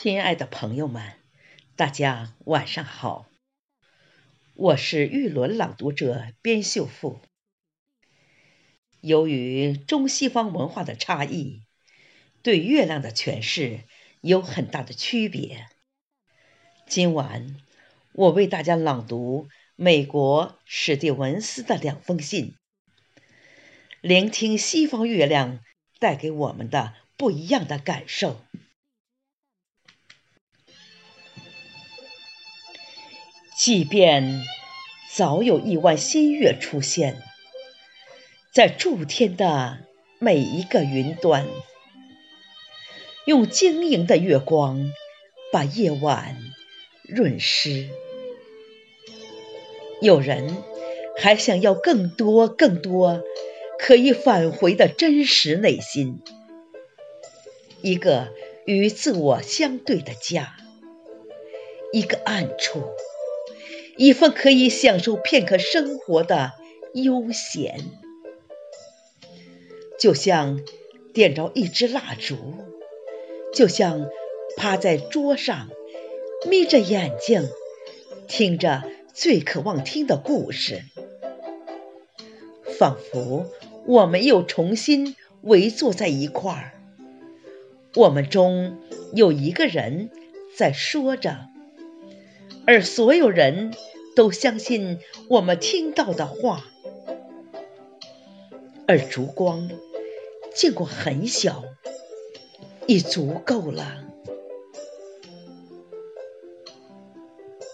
亲爱的朋友们，大家晚上好，我是玉轮朗读者边秀富。由于中西方文化的差异，对月亮的诠释有很大的区别。今晚我为大家朗读美国史蒂文斯的2封信，聆听西方月亮带给我们的不一样的感受。即便早有亿万新月出现，在诸天的每一个云端，用晶莹的月光把夜晚润湿。有人还想要更多可以返回的真实内心，一个与自我相对的家，一个暗处，一份可以享受片刻生活的悠闲。就像点着一支蜡烛，就像趴在桌上眯着眼睛听着最渴望听的故事，仿佛我们又重新围坐在一块儿，我们中有一个人在说着，而所有人都相信我们听到的话。而烛光尽管很小，已足够了。